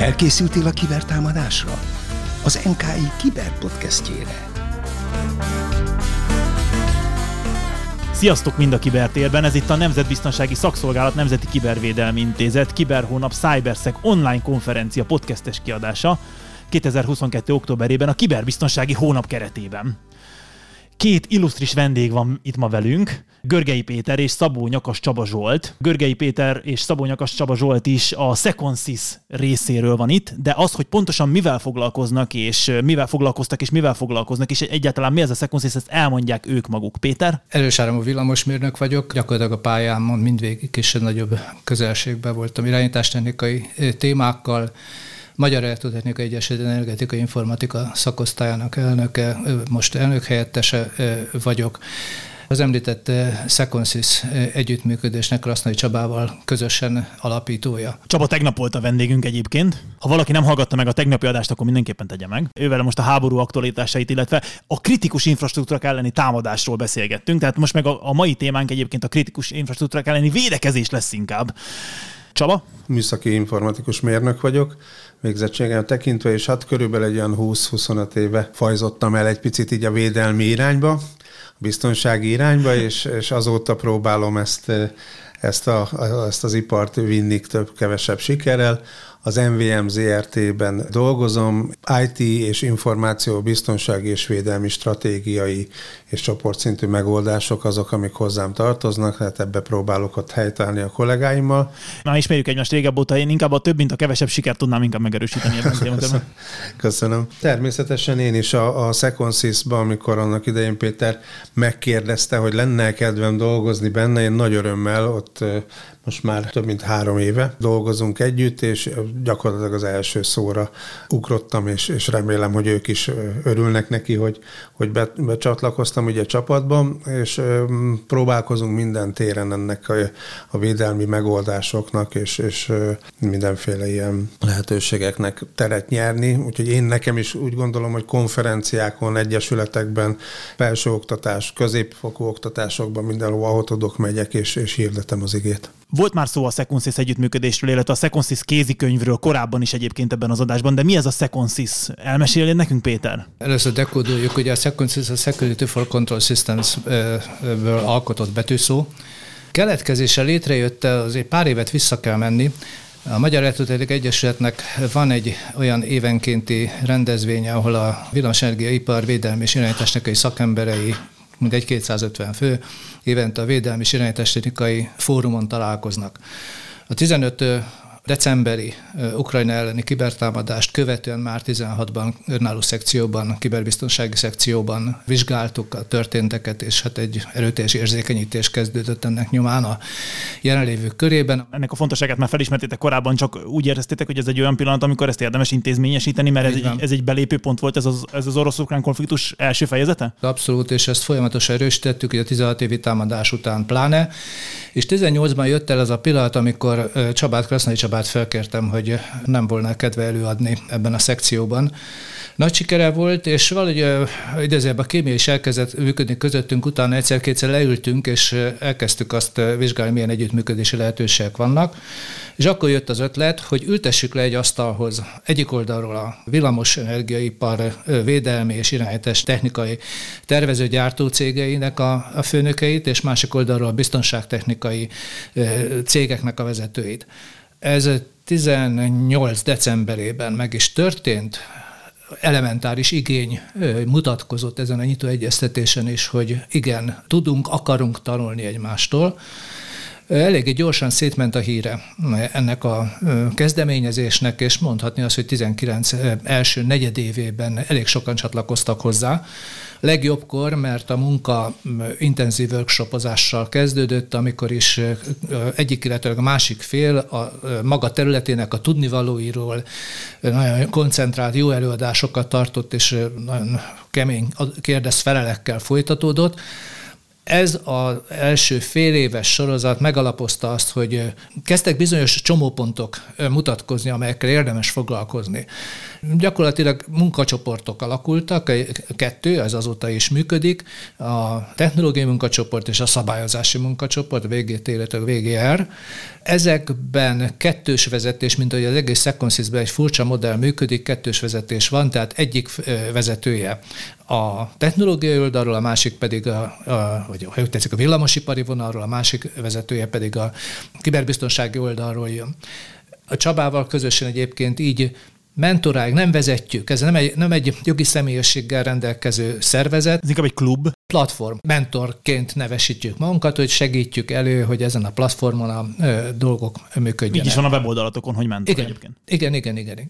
Felkészültél a kibertámadásra? Az NKI Kiberpodcastjére. Sziasztok mind a Kibertérben, ez itt a Nemzetbiztonsági Szakszolgálat Nemzeti Kibervédelmi Intézet Kiberhónap CyberSec online konferencia podcastes kiadása 2022. októberében a Kiberbiztonsági Hónap keretében. Két illusztris vendég van itt ma velünk, Görgei Péter és Szabó Nyakas Csaba Zsolt. Görgei Péter és Szabó Nyakas Csaba Zsolt is a SecOnsys részéről van itt, de az, hogy pontosan mivel foglalkoznak, és mivel foglalkoztak, és mivel foglalkoznak, és egyáltalán mi ez a SecOnsys, ezt elmondják ők maguk. Péter? Erősáramú villamosmérnök vagyok, gyakorlatilag a pályámon mindvégig kisebb-nagyobb közelségben voltam irányítástechnikai témákkal. Magyar Elektrotechnikai Egyesület Energetikai Informatika szakosztályának elnöke, most elnökhelyettese vagyok. Az említett SecOnsys együttműködésnek Krasznai Csabával közösen alapítója. Csaba tegnap volt a vendégünk egyébként. Ha valaki nem hallgatta meg a tegnapi adást, akkor mindenképpen tegye meg. Ővel most a háború aktualitásait, illetve a kritikus infrastruktúrák elleni támadásról beszélgettünk. Tehát most meg a mai témánk egyébként a kritikus infrastruktúrák elleni védekezés lesz inkább. Csaba? Műszaki informatikus mérnök vagyok, végzettségem tekintve, és hát körülbelül egy olyan 20-25 éve fajzottam el egy picit így a védelmi irányba, a biztonsági irányba, és azóta próbálom ezt az ipart vinni több-kevesebb sikerrel. Az MVM ZRT-ben dolgozom, IT és információbiztonsági és védelmi stratégiai és csoportszintű megoldások azok, amik hozzám tartoznak, tehát ebbe próbálok ott helytállni a kollégáimmal. Már ismerjük egymást régebb óta, én inkább a több, mint a kevesebb sikert tudnám inkább megerősíteni ebben a témában. Köszönöm. Természetesen én is a SecOnsys-ban, amikor annak idején Péter megkérdezte, hogy lenne kedvem dolgozni benne, én nagy örömmel ott most már több mint 3 éve dolgozunk együtt, és gyakorlatilag az első szóra ugrottam, és remélem, hogy ők is örülnek neki, hogy becsatlakoztam ugye a csapatban, és próbálkozunk minden téren ennek a védelmi megoldásoknak, és mindenféle ilyen lehetőségeknek teret nyerni. Úgyhogy nekem is úgy gondolom, hogy konferenciákon, egyesületekben, felsőoktatás, középfokú oktatásokban mindenhol, ahol tudok, megyek, és hirdetem az igét. Volt már szó a SecOnsys együttműködésről, illetve a SecOnsys kézikönyvről korábban is egyébként ebben az adásban, de mi ez a SecOnsys? Elmesélnéd nekünk, Péter? Először dekódoljuk, hogy a SecOnsys a Security for Control Systems-ből alkotott betűszó. Keletkezése létrejött, azért pár évet vissza kell menni. A Magyar Elektrotechnikai Egyesületnek van egy olyan évenkénti rendezvénye, ahol a villamosenergiaipar védelmi és irányítástechnikai szakemberei, mindegy 250 fő, évente a Védelmi és Irányítástechnikai Fórumon találkoznak. A 15 decemberi Ukrajna elleni kibertámadást követően már 16-ban önálló szekcióban, kiberbiztonsági szekcióban vizsgáltuk a történteket, és hát egy erőteljes érzékenyítés kezdődött ennek nyomán a jelenlévők körében. Ennek a fontosságát már felismertétek korábban, csak úgy éreztétek, hogy ez egy olyan pillanat, amikor ezt érdemes intézményesíteni, mert ez egy belépőpont volt, ez az orosz-ukrán konfliktus első fejezete? Abszolút, és ezt folyamatosan erősítettük, a 16 évi támadás után pláne, és 18-ban jött el az a pillanat, amikor Krasznai Csabát felkértem, hogy nem volna kedve előadni ebben a szekcióban. Nagy sikere volt, és valahogy idézőjelben a kémia is elkezdett működni közöttünk, utána egyszer-kétszer leültünk, és elkezdtük azt vizsgálni, milyen együttműködési lehetőségek vannak. És akkor jött az ötlet, hogy ültessük le egy asztalhoz egyik oldalról a villamos energiaipar védelmi és irányítás technikai tervező-gyártó cégeinek a főnökeit, és másik oldalról a biztonságtechnikai cégeknek a vezetőit. Ez 18 decemberében meg is történt, elementáris igény mutatkozott ezen a nyitó egyeztetésen is, hogy igen, akarunk tanulni egymástól. Eléggé gyorsan szétment a híre ennek a kezdeményezésnek, és mondhatni azt, hogy 19 első negyedévében elég sokan csatlakoztak hozzá. Legjobbkor, mert a munka intenzív workshopozással kezdődött, amikor is egyik, illetve a másik fél a maga területének a tudnivalóiról nagyon koncentrált, jó előadásokat tartott, és nagyon kemény kérdez-felelekkel folytatódott. Ez az első fél éves sorozat megalapozta azt, hogy kezdtek bizonyos csomópontok mutatkozni, amelyekkel érdemes foglalkozni. Gyakorlatilag munkacsoportok alakultak, 2, ez azóta is működik, a technológiai munkacsoport és a szabályozási munkacsoport, VGT, illetve VGR. Ezekben kettős vezetés, mint ahogy az egész Seconsys-ben egy furcsa modell működik, kettős vezetés van, tehát egyik vezetője a technológiai oldalról, a másik pedig vagy ha úgy tetszik, a villamosipari vonalról, a másik vezetője pedig a kiberbiztonsági oldalról jön. A Csabával közösen egyébként így mentoráljuk, nem vezetjük, ez nem egy jogi személyességgel rendelkező szervezet. Ez inkább egy klub. Platform. Mentorként nevesítjük magunkat, hogy segítjük elő, hogy ezen a platformon a dolgok működjenek. Így is van a weboldalatokon, hogy mentor egyébként. Igen.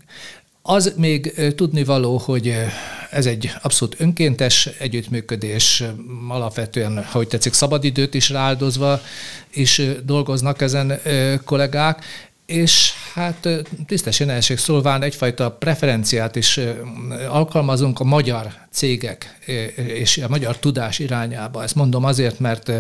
Az még tudnivaló, hogy ez egy abszolút önkéntes együttműködés, alapvetően, hogy tetszik, szabadidőt is rááldozva is dolgoznak ezen kollégák, és hát tisztességesség szólván egyfajta preferenciát is alkalmazunk a magyar cégek és a magyar tudás irányába. Ezt mondom azért, mert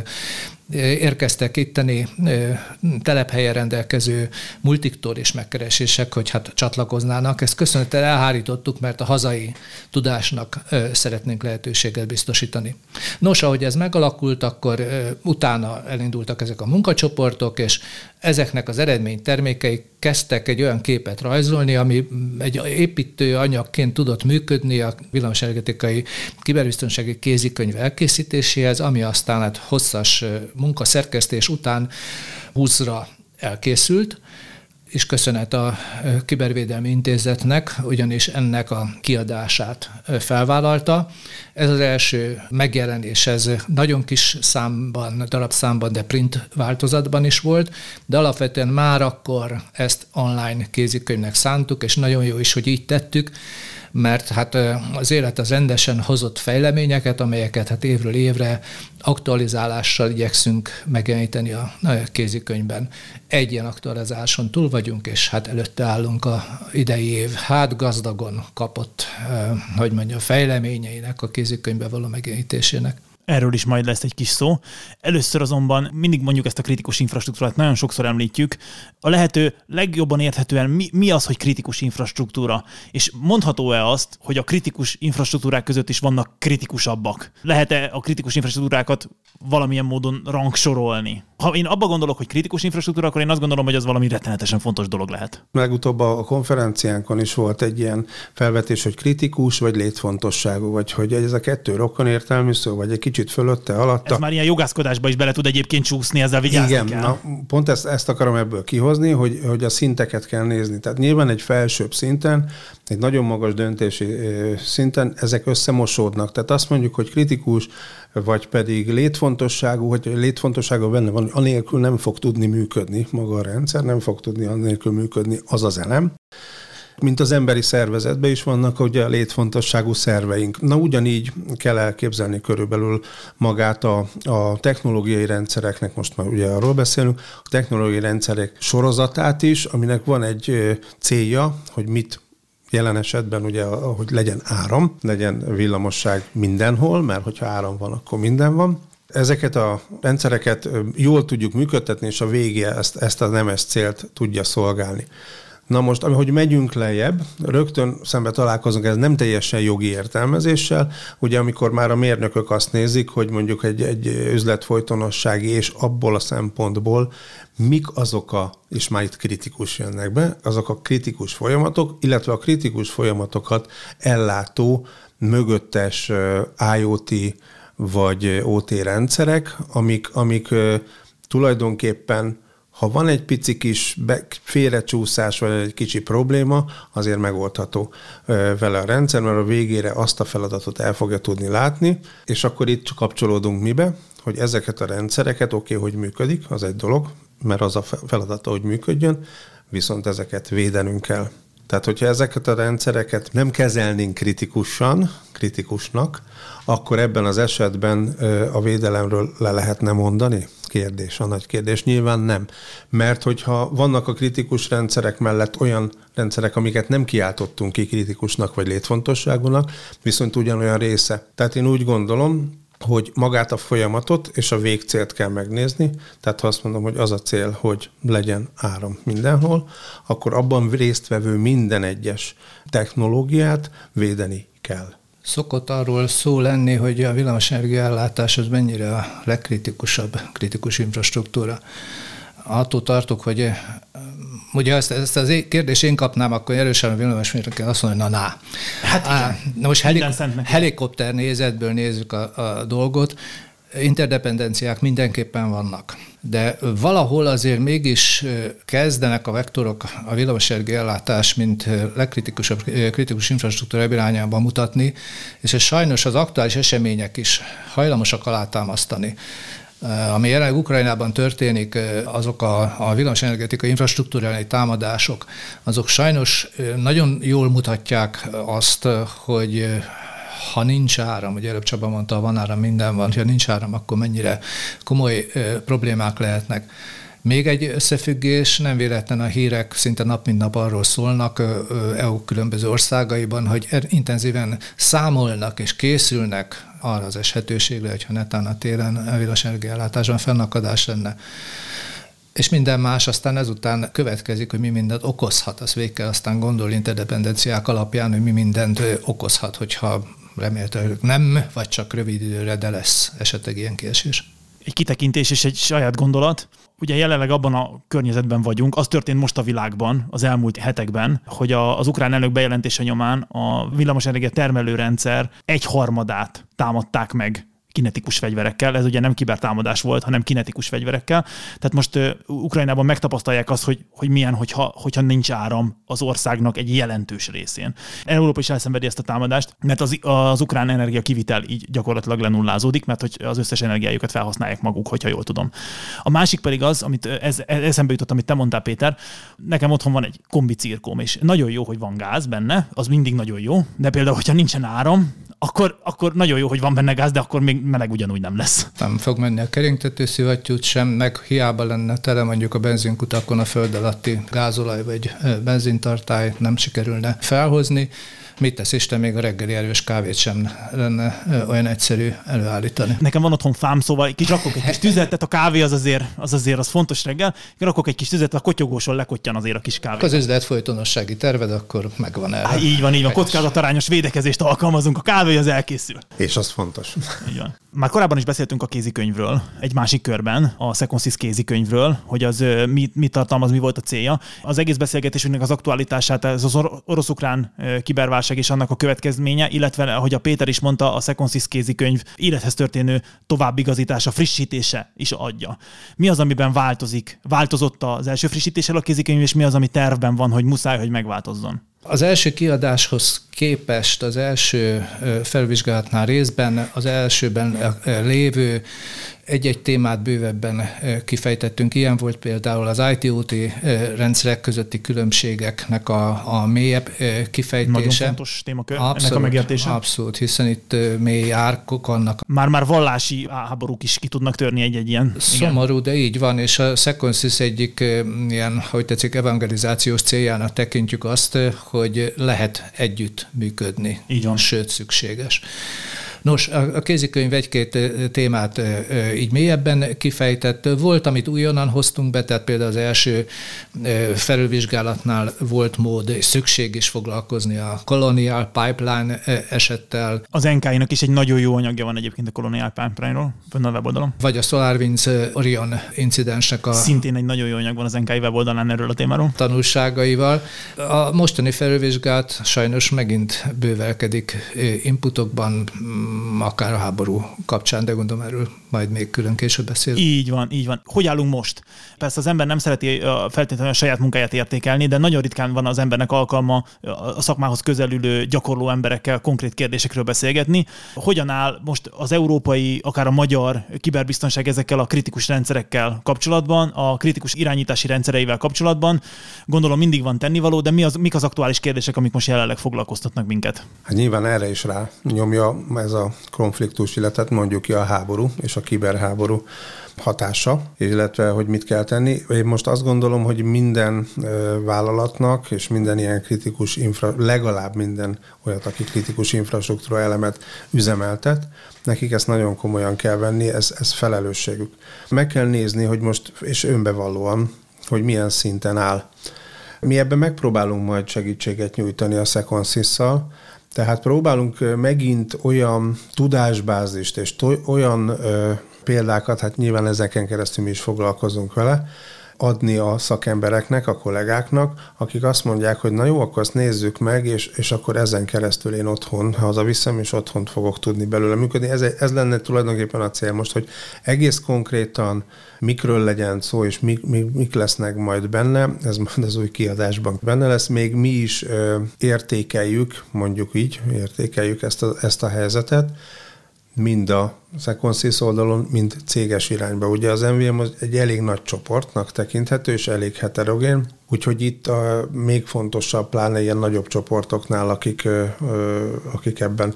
érkeztek itteni telephelyen rendelkező multiktól is megkeresések, hogy hát csatlakoznának. Ezt köszönettel elhárítottuk, mert a hazai tudásnak szeretnénk lehetőséget biztosítani. Nos, ahogy ez megalakult, akkor utána elindultak ezek a munkacsoportok, és ezeknek az eredménytermékei kezdtek egy olyan képet rajzolni, ami egy építő anyagként tudott működni a villamosenergetikai kiberbiztonsági kézikönyv elkészítéséhez, ami aztán hát hosszas munkaszerkesztés után 20-ra elkészült, és köszönet a Kibervédelmi Intézetnek, ugyanis ennek a kiadását felvállalta. Ez az első megjelenés, ez nagyon kis számban, darabszámban, de print változatban is volt, de alapvetően már akkor ezt online kézikönyvnek szántuk, és nagyon jó is, hogy így tettük, mert hát az élet az rendesen hozott fejleményeket, amelyeket hát évről évre aktualizálással igyekszünk megjeleníteni a kézikönyvben. Egy ilyen aktualizáson túl vagyunk, és hát előtte állunk a idei év gazdagon kapott, fejleményeinek a kézikönyvbe való megjelenítésének. Erről is majd lesz egy kis szó. Először azonban mindig mondjuk ezt a kritikus infrastruktúrát, nagyon sokszor említjük. A lehető legjobban érthetően mi az, hogy kritikus infrastruktúra? És mondható-e azt, hogy a kritikus infrastruktúrák között is vannak kritikusabbak? Lehet-e a kritikus infrastruktúrákat valamilyen módon rangsorolni? Ha én abba gondolok, hogy kritikus infrastruktúra, akkor én azt gondolom, hogy az valami rettenetesen fontos dolog lehet. Legutóbb a konferenciánkon is volt egy ilyen felvetés, hogy kritikus vagy létfontosságú, vagy hogy ez a kettő rokon értelmű szó, vagy egy kicsit fölötte, alatta. Ez már ilyen jogászkodásba is bele tud egyébként csúszni, ezzel vigyázni kell. Igen, pont ezt akarom ebből kihozni, hogy a szinteket kell nézni. Tehát nyilván egy felsőbb szinten, egy nagyon magas döntési szinten ezek összemosódnak. Tehát azt mondjuk, hogy kritikus, vagy pedig létfontosságú, hogy létfontosságú benne van, anélkül nem fog tudni működni maga a rendszer, nem fog tudni anélkül működni az az elem. Mint az emberi szervezetben is vannak ugye a létfontosságú szerveink. Na ugyanígy kell elképzelni körülbelül magát a technológiai rendszereknek, most már ugye arról beszélünk, a technológiai rendszerek sorozatát is, aminek van egy célja, hogy mit jelen esetben ugye, hogy legyen áram, legyen villamosság mindenhol, mert hogyha áram van, akkor minden van. Ezeket a rendszereket jól tudjuk működtetni, és a végén ezt a nemes célt tudja szolgálni. Na most, ahogy megyünk lejjebb, rögtön szembe találkozunk, ez nem teljesen jogi értelmezéssel, ugye amikor már a mérnökök azt nézik, hogy mondjuk egy üzletfolytonossági, és abból a szempontból mik azok és már itt kritikus jönnek be, azok a kritikus folyamatok, illetve a kritikus folyamatokat ellátó mögöttes IoT vagy OT rendszerek, amik tulajdonképpen, ha van egy pici kis félrecsúszás, vagy egy kicsi probléma, azért megoldható vele a rendszer, mert a végére azt a feladatot el fogja tudni látni, és akkor itt kapcsolódunk mibe, hogy ezeket a rendszereket hogy működik, az egy dolog, mert az a feladata, hogy működjön, viszont ezeket védenünk kell. Tehát, hogyha ezeket a rendszereket nem kezelnénk kritikusnak, akkor ebben az esetben a védelemről le lehetne mondani? A nagy kérdés. Nyilván nem. Mert hogyha vannak a kritikus rendszerek mellett olyan rendszerek, amiket nem kiáltottunk ki kritikusnak vagy létfontosságúnak, viszont ugyanolyan része. Tehát én úgy gondolom, hogy magát a folyamatot és a végcélt kell megnézni. Tehát ha azt mondom, hogy az a cél, hogy legyen áram mindenhol, akkor abban résztvevő minden egyes technológiát védeni kell. Szokott arról szó lenni, hogy a villamosenergia ellátás az mennyire a legkritikusabb kritikus infrastruktúra. Attól tartok, hogy ugye ezt az kérdést én kapnám, akkor erősen a villamosmérnökkel azt mondja, na. Hát igen. Na most helikopter nézetből nézzük a dolgot, interdependenciák mindenképpen vannak. De valahol azért mégis kezdenek a vektorok a villamosenergia ellátás, mint legkritikusabb kritikus infrastruktúra irányába mutatni, és ez sajnos az aktuális események is hajlamosak alátámasztani. Ami jelenleg Ukrajnában történik, azok a villamosenergetikai infrastruktúrális támadások, azok sajnos nagyon jól mutatják azt, hogy ha nincs áram, ugye előbb Csaba mondta, van áram, minden van, ha nincs áram, akkor mennyire komoly problémák lehetnek. Még egy összefüggés, nem véletlen a hírek szinte nap mint nap arról szólnak EU különböző országaiban, hogy intenzíven számolnak és készülnek arra az esetőségre, hogyha netán a téren a villamosenergiaellátásban fennakadás lenne. És minden más aztán ezután következik, hogy mi mindent okozhat. Azt végig kell aztán gondolni interdependenciák alapján, hogy mi mindent okozhat, hogyha remélhetőleg nem, vagy csak rövid időre, de lesz esetleg ilyen kiesés. Egy kitekintés és egy saját gondolat. Ugye jelenleg abban a környezetben vagyunk, az történt most a világban az elmúlt hetekben, hogy az ukrán elnök bejelentése nyomán a villamosenergia termelőrendszer 1/3 támadták meg kinetikus fegyverekkel. Ez ugye nem kibertámadás volt, hanem kinetikus fegyverekkel. Tehát most Ukrajnában megtapasztalják azt, hogy milyen, hogyha nincs áram az országnak egy jelentős részén. Európa is elszenvedi ezt a támadást, mert az ukrán energia kivitel így gyakorlatilag lenullázódik, mert hogy az összes energiájukat felhasználják maguk, hogyha jól tudom. A másik pedig az, amit eszembe jutott, amit te mondtál, Péter, nekem otthon van egy kombicirkóm, és nagyon jó, hogy van gáz benne, az mindig nagyon jó, de például, hogyha nincsen áram, akkor nagyon jó, hogy van benne gáz, de akkor még meleg ugyanúgy nem lesz. Nem fog menni a keringtető szivattyút sem, meg hiába lenne tele mondjuk a benzinkutakon a föld alatti gázolaj vagy benzintartály, nem sikerülne felhozni. Mit tesz Isten, még a reggeli erős kávét sem lenne olyan egyszerű előállítani. Nekem van otthon fám, szóval rakok egy kis tüzet, tehát a kávé az fontos reggel, rakok egy kis tüzet, a kotyogóson lekottyan azért a kis kávé. Az üzlet folytonossági terved, akkor megvan erre. Így van, kockázatarányos védekezést alkalmazunk, a kávé az elkészül. És az fontos. Így van. Már korábban is beszéltünk a kézikönyvről, egy másik körben, a Seconsys kézikönyvről, hogy az mit tartalmaz, mi volt a célja. Az egész beszélgetésünknek az aktualitását, ez az orosz-ukrán kiberválság és annak a következménye, illetve, ahogy a Péter is mondta, a Seconsys kézikönyv élethez történő továbbigazítása, frissítése is adja. Mi az, amiben változott az első frissítéssel a kézikönyv, és mi az, ami tervben van, hogy muszáj, hogy megváltozzon? Az első kiadáshoz képest az első felvizsgálatnál részben az elsőben lévő egy-egy témát bővebben kifejtettünk. Ilyen volt például az IT-OT rendszerek közötti különbségeknek a mélyebb kifejtése. Nagyon fontos témakör ennek a megértése. Abszolút, hiszen itt mély árkok vannak. Már vallási háborúk is ki tudnak törni egy ilyen. Szomorú, de így van, és a Seconsys egyik ilyen, hogy tetszik, evangelizációs céljának tekintjük azt, hogy lehet együtt működni. Így van. Sőt, szükséges. Nos, a kézikönyv egy-két témát így mélyebben kifejtett. Volt, amit újonnan hoztunk be, tehát például az első felülvizsgálatnál volt mód és szükség is foglalkozni a Colonial Pipeline esettel. Az NKI-nak is egy nagyon jó anyagja van egyébként a Colonial Pipeline-ról, fönn a weboldalon. Vagy a SolarWinds Orion incidensnek szintén egy nagyon jó anyag van az NKI weboldalán erről a témáról. Tanulságaival. A mostani felülvizsgálat sajnos megint bővelkedik inputokban, akár a háború kapcsán, de gondolom erről majd még külön később beszél. Így van. Hogy állunk most? Persze az ember nem szereti feltétlenül a saját munkáját értékelni, de nagyon ritkán van az embernek alkalma a szakmához közelülő, gyakorló emberekkel konkrét kérdésekről beszélgetni. Hogyan áll most az európai, akár a magyar kiberbiztonság ezekkel a kritikus rendszerekkel kapcsolatban, a kritikus irányítási rendszereivel kapcsolatban? Gondolom mindig van tennivaló, de mik az aktuális kérdések, amik most jelenleg foglalkoztatnak minket? Hát nyilván erre is rá nyomja ez a konfliktus, illetve mondjuk ki a háború és a kiberháború hatása, illetve hogy mit kell tenni. Én most azt gondolom, hogy minden vállalatnak és minden ilyen kritikus legalább minden olyat, aki kritikus infrastruktúra elemet üzemeltet, nekik ezt nagyon komolyan kell venni, ez felelősségük. Meg kell nézni, hogy most, és önbevallóan, hogy milyen szinten áll. Mi ebben megpróbálunk majd segítséget nyújtani a Seconsys-szal, tehát próbálunk megint olyan tudásbázist és olyan példákat, hát nyilván ezeken keresztül mi is foglalkozunk vele, adni a szakembereknek, a kollégáknak, akik azt mondják, hogy na jó, akkor azt nézzük meg, és akkor ezen keresztül én otthon hazaviszem, és otthon fogok tudni belőle működni. Ez lenne tulajdonképpen a cél most, hogy egész konkrétan mikről legyen szó, és mik lesznek majd benne, ez majd az új kiadásban benne lesz. Még mi is értékeljük, mondjuk így, ezt a helyzetet, mind a Seconsys oldalon, mind céges irányba. Ugye az MVM az egy elég nagy csoportnak tekinthető, és elég heterogén, úgyhogy itt még fontosabb, pláne ilyen nagyobb csoportoknál, akik ebben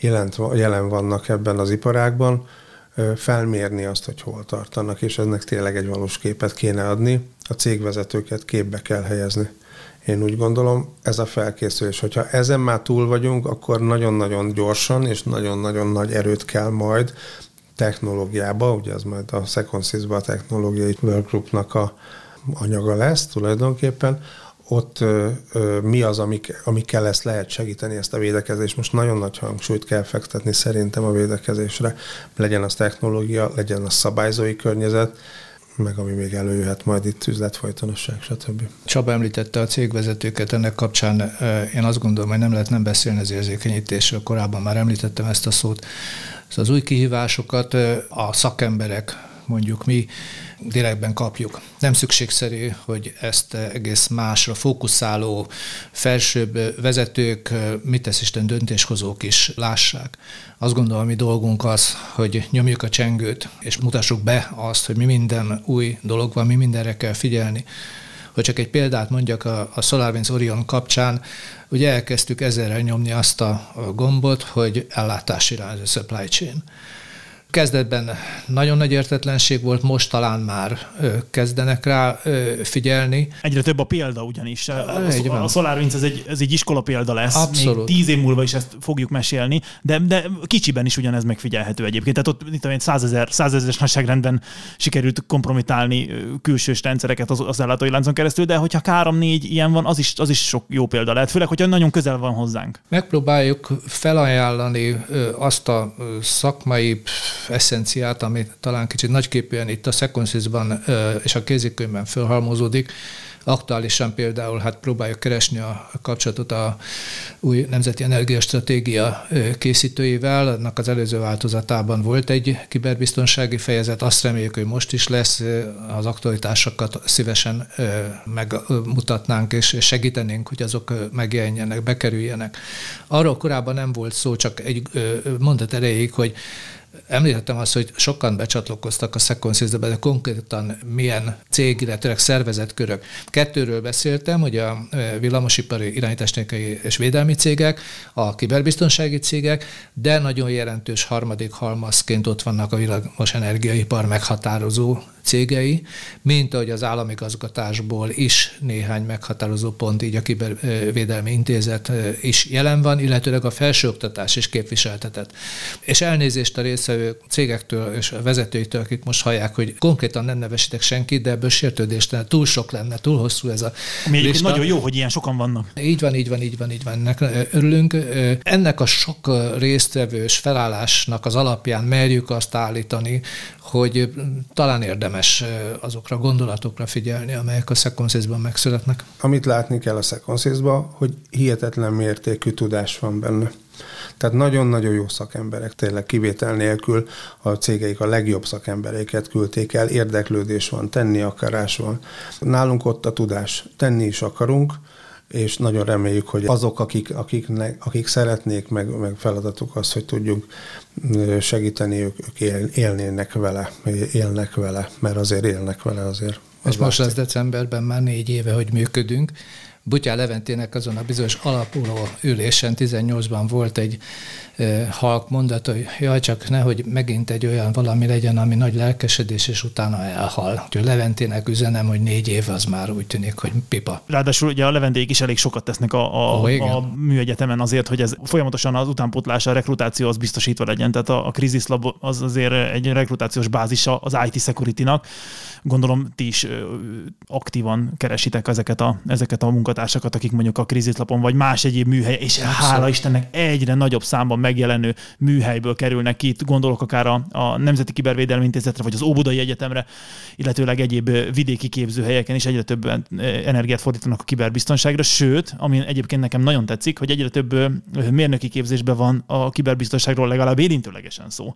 jelen vannak ebben az iparágban, felmérni azt, hogy hol tartanak, és ennek tényleg egy valós képet kéne adni, a cégvezetőket képbe kell helyezni. Én úgy gondolom, ez a felkészülés. Hogyha ezen már túl vagyunk, akkor nagyon-nagyon gyorsan és nagyon-nagyon nagy erőt kell majd technológiába, ugye ez majd a Seconsys-ba a technológiai workgroupnak a anyaga lesz tulajdonképpen, ott mi az, amikkel ezt lehet segíteni, ezt a védekezést. Most nagyon nagy hangsúlyt kell fektetni szerintem a védekezésre. Legyen az technológia, legyen az szabályzói környezet, meg ami még előjöhet majd itt, üzletfolytonosság, stb. Csaba említette a cégvezetőket, ennek kapcsán én azt gondolom, hogy nem lehet nem beszélni az érzékenyítésről, korábban már említettem ezt a szót. Szóval az új kihívásokat a szakemberek, mondjuk mi direktben kapjuk. Nem szükségszerű, hogy ezt egész másra fókuszáló felsőbb vezetők, mit tesz Isten döntéshozók is lássák. Azt gondolom, mi dolgunk az, hogy nyomjuk a csengőt, és mutassuk be azt, hogy mi minden új dolog van, mi mindenre kell figyelni. Hogy csak egy példát mondjak a SolarWinds Orion kapcsán, ugye elkezdtük ezerrel nyomni azt a gombot, hogy ellátási irányzó supply chain. Kezdetben nagyon nagy értetlenség volt, most talán már kezdenek rá figyelni. Egyre több a példa ugyanis. A SolarWinds ez egy iskola példa lesz. Abszolút. Még 10 év múlva is ezt fogjuk mesélni, de kicsiben is ugyanez megfigyelhető egyébként. Tehát ott 100 000-es nagyságrendben sikerült kompromitálni külsős rendszereket az ellátói láncon keresztül, de hogyha 3-4 ilyen van, az is sok jó példa lehet, főleg, hogyha nagyon közel van hozzánk. Megpróbáljuk felajánlani azt a szakmai eszenciát, ami talán kicsit nagyképűen itt a Seconsys-ban és a kézikönyvben fölhalmozódik. Aktuálisan például próbáljuk keresni a kapcsolatot a új Nemzeti Energiastratégia készítőivel. Annak az előző változatában volt egy kiberbiztonsági fejezet, azt reméljük, hogy most is lesz. Az aktualitásokat szívesen megmutatnánk, és segítenénk, hogy azok megjelenjenek, bekerüljenek. Arról korábban nem volt szó, csak egy mondat erejéig, hogy említettem azt, hogy sokan becsatlakoztak a Seconsys-be, de konkrétan milyen cég, illetve szervezetkörök. 2-ről beszéltem, hogy a villamosipari irányítástechnikai és védelmi cégek, a kiberbiztonsági cégek, de nagyon jelentős harmadik halmazként ott vannak a villamos energiaipar meghatározó cégei, mint ahogy az államigazgatásból is néhány meghatározó pont, így a Kibervédelmi Intézet is jelen van, illetőleg a felsőoktatás is képviseltetett. És elnézést a résztvevő cégektől és a vezetőitől, akik most hallják, hogy konkrétan nem nevesítek senkit, de ebből sértődéstelen túl sok lenne, túl hosszú ez a lista. Nagyon jó, hogy ilyen sokan vannak. Így van. Ennek örülünk. Ennek a sok résztvevős felállásnak az alapján merjük azt állítani, hogy talán érdemes azokra a gondolatokra figyelni, amelyek a Seconsys-ban megszületnek. Amit látni kell a Seconsys-ban, hogy hihetetlen mértékű tudás van benne. Tehát nagyon-nagyon jó szakemberek, tényleg kivétel nélkül a cégeik a legjobb szakembereiket küldték el, érdeklődés van, tenni akarás van. Nálunk ott a tudás, tenni is akarunk, és nagyon reméljük, hogy azok, akik szeretnék, meg feladatuk az, hogy tudjuk segíteni, ők élnek vele, mert azért élnek vele azért. És most lesz decemberben már 4 éve, hogy működünk. Buttyán Leventének azon a bizonyos alapuló ülésen 18-ban volt egy halk mondat, hogy jaj, csak nehogy megint egy olyan valami legyen, ami nagy lelkesedés, és utána elhal. Úgyhogy Leventének üzenem, hogy 4 év az már úgy tűnik, hogy pipa. Ráadásul ugye a Leventék is elég sokat tesznek a műegyetemen azért, hogy ez folyamatosan az utánpótlása, a rekrutáció az biztosítva legyen. Tehát a Crisis Lab az azért egy rekrutációs bázisa az IT security-nak. Gondolom, ti is aktívan keresitek ezeket a munkatársakat, akik mondjuk a Crisis Labon vagy más egyéb műhely, és hála Istennek egyre nagyobb számban megjelenő műhelyből kerülnek ki. Gondolok akár a Nemzeti Kibervédelmi Intézetre, vagy az Óbudai Egyetemre, illetőleg egyéb vidéki képzőhelyeken is egyre több energiát fordítanak a kiberbiztonságra, sőt, ami egyébként nekem nagyon tetszik, hogy egyre több mérnöki képzésben van a kiberbiztonságról legalább érintőlegesen szó.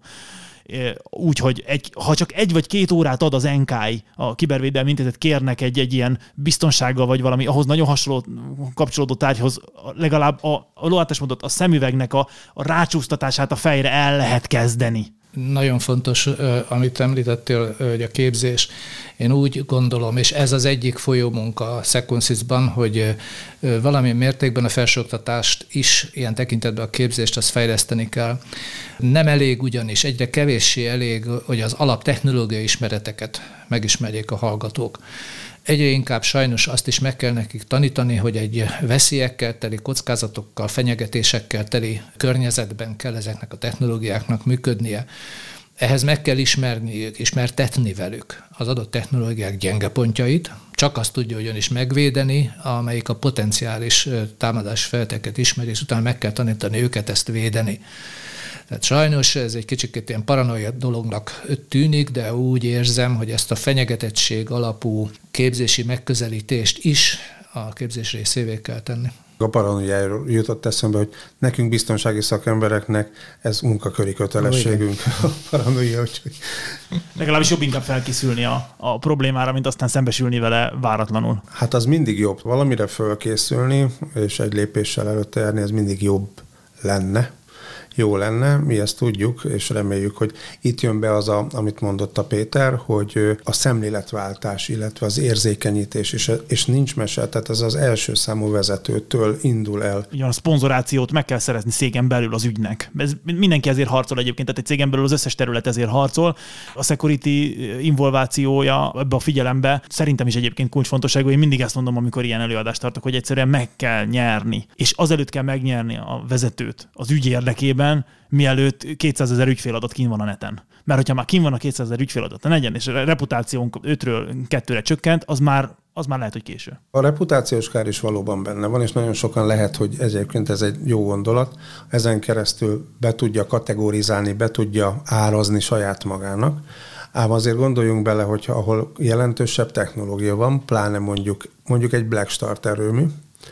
Úgyhogy ha csak 1 vagy 2 órát ad az NKI, a Kibervédelmi Intézet, kérnek egy ilyen biztonsággal, vagy valami ahhoz nagyon hasonló kapcsolódó tárgyhoz, legalább a lóátásmódot, a szemüvegnek a rácsúsztatását a fejre el lehet kezdeni. Nagyon fontos, amit említettél, hogy a képzés. Én úgy gondolom, és ez az egyik folyómunka a Seconsys-ban, hogy valamilyen mértékben a felsőoktatást is, ilyen tekintetben a képzést, azt fejleszteni kell. Nem elég ugyanis, egyre kevéssé elég, hogy az alaptechnológiai ismereteket megismerjék a hallgatók. Egyre inkább sajnos azt is meg kell nekik tanítani, hogy egy veszélyekkel teli, kockázatokkal, fenyegetésekkel teli környezetben kell ezeknek a technológiáknak működnie. Ehhez meg kell ismertetni velük az adott technológiák gyenge pontjait, csak azt tudja ugyanis megvédeni, amelyik a potenciális támadás felteket ismeri, és utána meg kell tanítani őket ezt védeni. Tehát sajnos ez egy kicsit ilyen paranoia dolognak tűnik, de úgy érzem, hogy ezt a fenyegetettség alapú képzési megközelítést is a képzés részévé kell tenni. A paranoiáról jutott eszembe, hogy nekünk biztonsági szakembereknek ez munkaköri kötelességünk. A paranoia, úgyhogy... Legalábbis jobb inkább felkészülni a problémára, mint aztán szembesülni vele váratlanul. Hát az mindig jobb. Valamire felkészülni, és egy lépéssel előtte járni, ez mindig jobb lenne. Jó lenne, mi ezt tudjuk, és reméljük, hogy itt jön be az, amit mondott a Péter, hogy a szemléletváltás, illetve az érzékenyítés, és nincs mese, tehát ez az első számú vezetőtől indul el. Igen, a szponzorációt meg kell szerezni cégen belül az ügynek. Ez mindenki ezért harcol egyébként, tehát egy cégen belül az összes terület ezért harcol. A security involvációja ebbe a figyelembe szerintem is egyébként kulcsfontosságú. Én mindig ezt mondom, amikor ilyen előadást tartok, hogy egyszerűen meg kell nyerni. És azelőtt kell megnyerni a vezetőt az ügy érdekében, mielőtt 200 000 ügyféladat kín van a neten. Mert hogyha már kín van a 200 000 ügyféladat a neten, és a reputációnk 5-ről 2-re csökkent, az már lehet, hogy késő. A reputációs kár is valóban benne van, és nagyon sokan lehet, hogy egyébként ez egy jó gondolat. Ezen keresztül be tudja kategorizálni, be tudja árazni saját magának. Ám azért gondoljunk bele, hogy ahol jelentősebb technológia van, pláne mondjuk egy Black Start erőmű,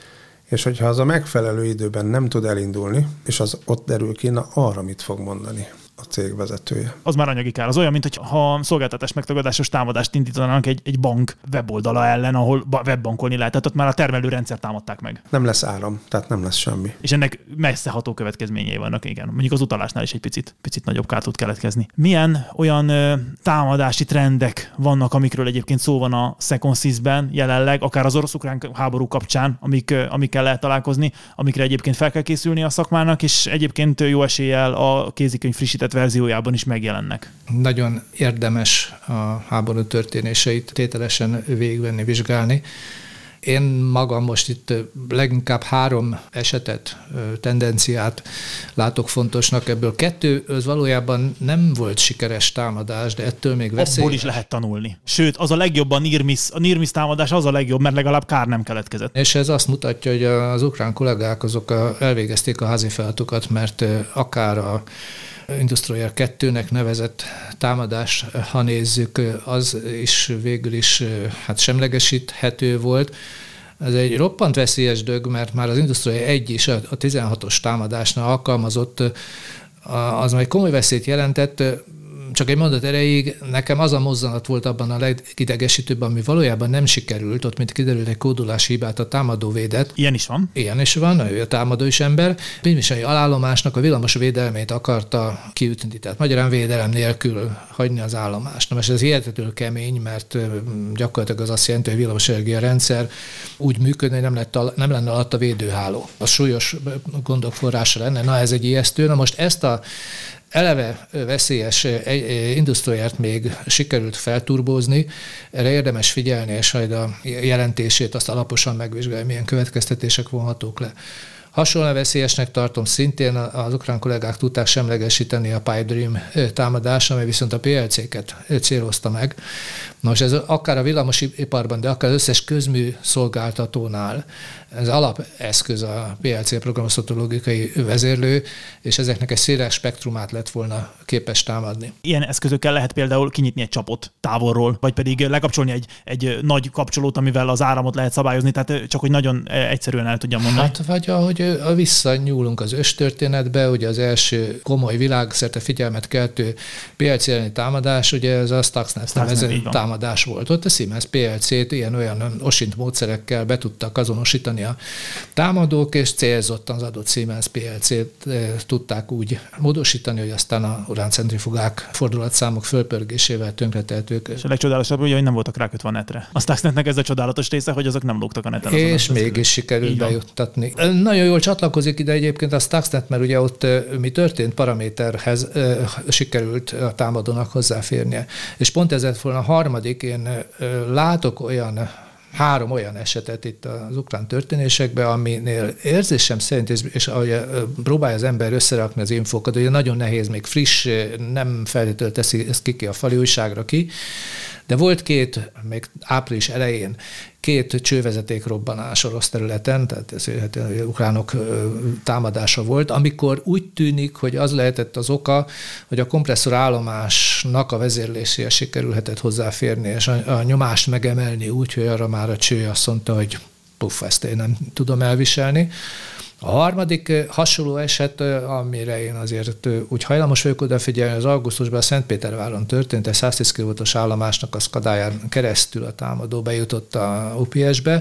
és hogyha az a megfelelő időben nem tud elindulni, és az ott derül ki, na arra mit fog mondani a cég vezetője. Az már anyagi kár. Az olyan, mintha szolgáltatás megtagadásos támadást indítanának egy bank weboldala ellen, ahol webbankolni lehet. Tehát ott már a termelőrendszer támadták meg. Nem lesz áram, tehát nem lesz semmi. És ennek messzeható következményei vannak, igen. Mondjuk az utalásnál is egy picit nagyobb kár tud keletkezni. Milyen olyan támadási trendek vannak, amikről egyébként szó van a Seconsys-ben jelenleg, akár az orosz-ukrán háború kapcsán, amikkel lehet találkozni, amikre egyébként fel kell készülni a szakmának, és egyébként jó eséllyel a kézikönyv frissített verziójában is megjelennek. Nagyon érdemes a háború történéseit tételesen végigvenni, vizsgálni. Én magam most itt leginkább 3 esetet, tendenciát látok fontosnak. Ebből 2 az valójában nem volt sikeres támadás, de ettől még veszélyes. Abból is lehet tanulni. Sőt, az a legjobb a NIRMIS támadás, az a legjobb, mert legalább kár nem keletkezett. És ez azt mutatja, hogy az ukrán kollégák azok elvégezték a házi feladatukat, mert akár a Industroyer 2-nek nevezett támadás, ha nézzük, az is végül is semlegesíthető volt. Ez egy roppant veszélyes dög, mert már az Industroyer 1 is a 16-os támadásnál alkalmazott, az majd komoly veszélyt jelentett, Csak egy mondat erejéig nekem az a mozzanat volt abban a legidegesítőbben, ami valójában nem sikerült, ott mint kiderült egy kódolási hibát a támadó védett. Ilyen is van? Ilyen is van, ő a támadó is ember. Bizonyos alállomásnak a villamos védelmét akarta kiütni, tehát magyarán védelem nélkül hagyni az állomást. Na most ez hihetetlenül kemény, mert gyakorlatilag az azt jelenti, hogy a villamosenergia rendszer úgy működne, hogy nem lenne alatt a védőháló. Az súlyos gondok forrása lenne. Na ez egy ijesztő. Na most ezt a eleve veszélyes industriált még sikerült felturbózni, erre érdemes figyelni, és majd a jelentését azt alaposan megvizsgálni, milyen következtetések vonhatók le. Hasonlóan veszélyesnek tartom szintén, az ukrán kollégák tudták semlegesíteni a Pipe Dream támadást, amely viszont a PLC-ket célozta meg. Most ez akár a villamosiparban, de akár az összes közmű szolgáltatónál ez alapeszköz a PLC programosztató logikai vezérlő, és ezeknek egy széles spektrumát lett volna képes támadni. Ilyen eszközökkel lehet például kinyitni egy csapot távolról, vagy pedig lekapcsolni egy nagy kapcsolót, amivel az áramot lehet szabályozni, tehát csak hogy nagyon egyszerűen el tudjam mondani. Hát vagy ahogy visszanyúlunk az őstörténetbe, ugye az első komoly világszerte figyelmet keltő PLC elleni támadás, ugye ez a Stuxnet nevezett támadás volt. Ott a Siemens PLC-t ilyen-olyan OSINT módszerekkel be tudtak azonosítani a támadók, és célzottan az adott Siemens PLC-t tudták úgy módosítani, hogy aztán a uráncentrifugák fordulatszámok fölpörgésével tönkreteltük. És a legcsodálatosabb, hogy nem voltak rákötve a netre. A Stuxnetnek ez a csodálatos része, hogy azok nem lógtak a neten. És mégis sikerült bejuttatni. Nagyon jól csatlakozik ide egyébként a Stuxnet, mert ugye ott mi történt paraméterhez sikerült a támadónak hozzáférnie. És pont ez lett volna a harmadik, én látok 3 olyan esetet itt az ukrán történésekben, aminél érzésem szerint, és ahogy próbálja az ember összerakni az infókat, ugye nagyon nehéz, még friss, nem feltétlenül teszi ezt ki a fali újságra ki, de volt 2, még április elején 2 csővezeték robbanás orosz területen, tehát ez ukránok támadása volt, amikor úgy tűnik, hogy az lehetett az oka, hogy a kompresszor állomásnak a vezérléséhez sikerülhetett hozzáférni, és a nyomást megemelni úgy, hogy arra már a cső azt mondta, hogy puff, ezt én nem tudom elviselni. A harmadik hasonló eset, amire én azért úgy hajlamos vagyok odafigyelni, az augusztusban a Szentpéterváron történt, egy 110 kV-os állomásnak a szkadáján keresztül a támadó bejutott a UPS-be,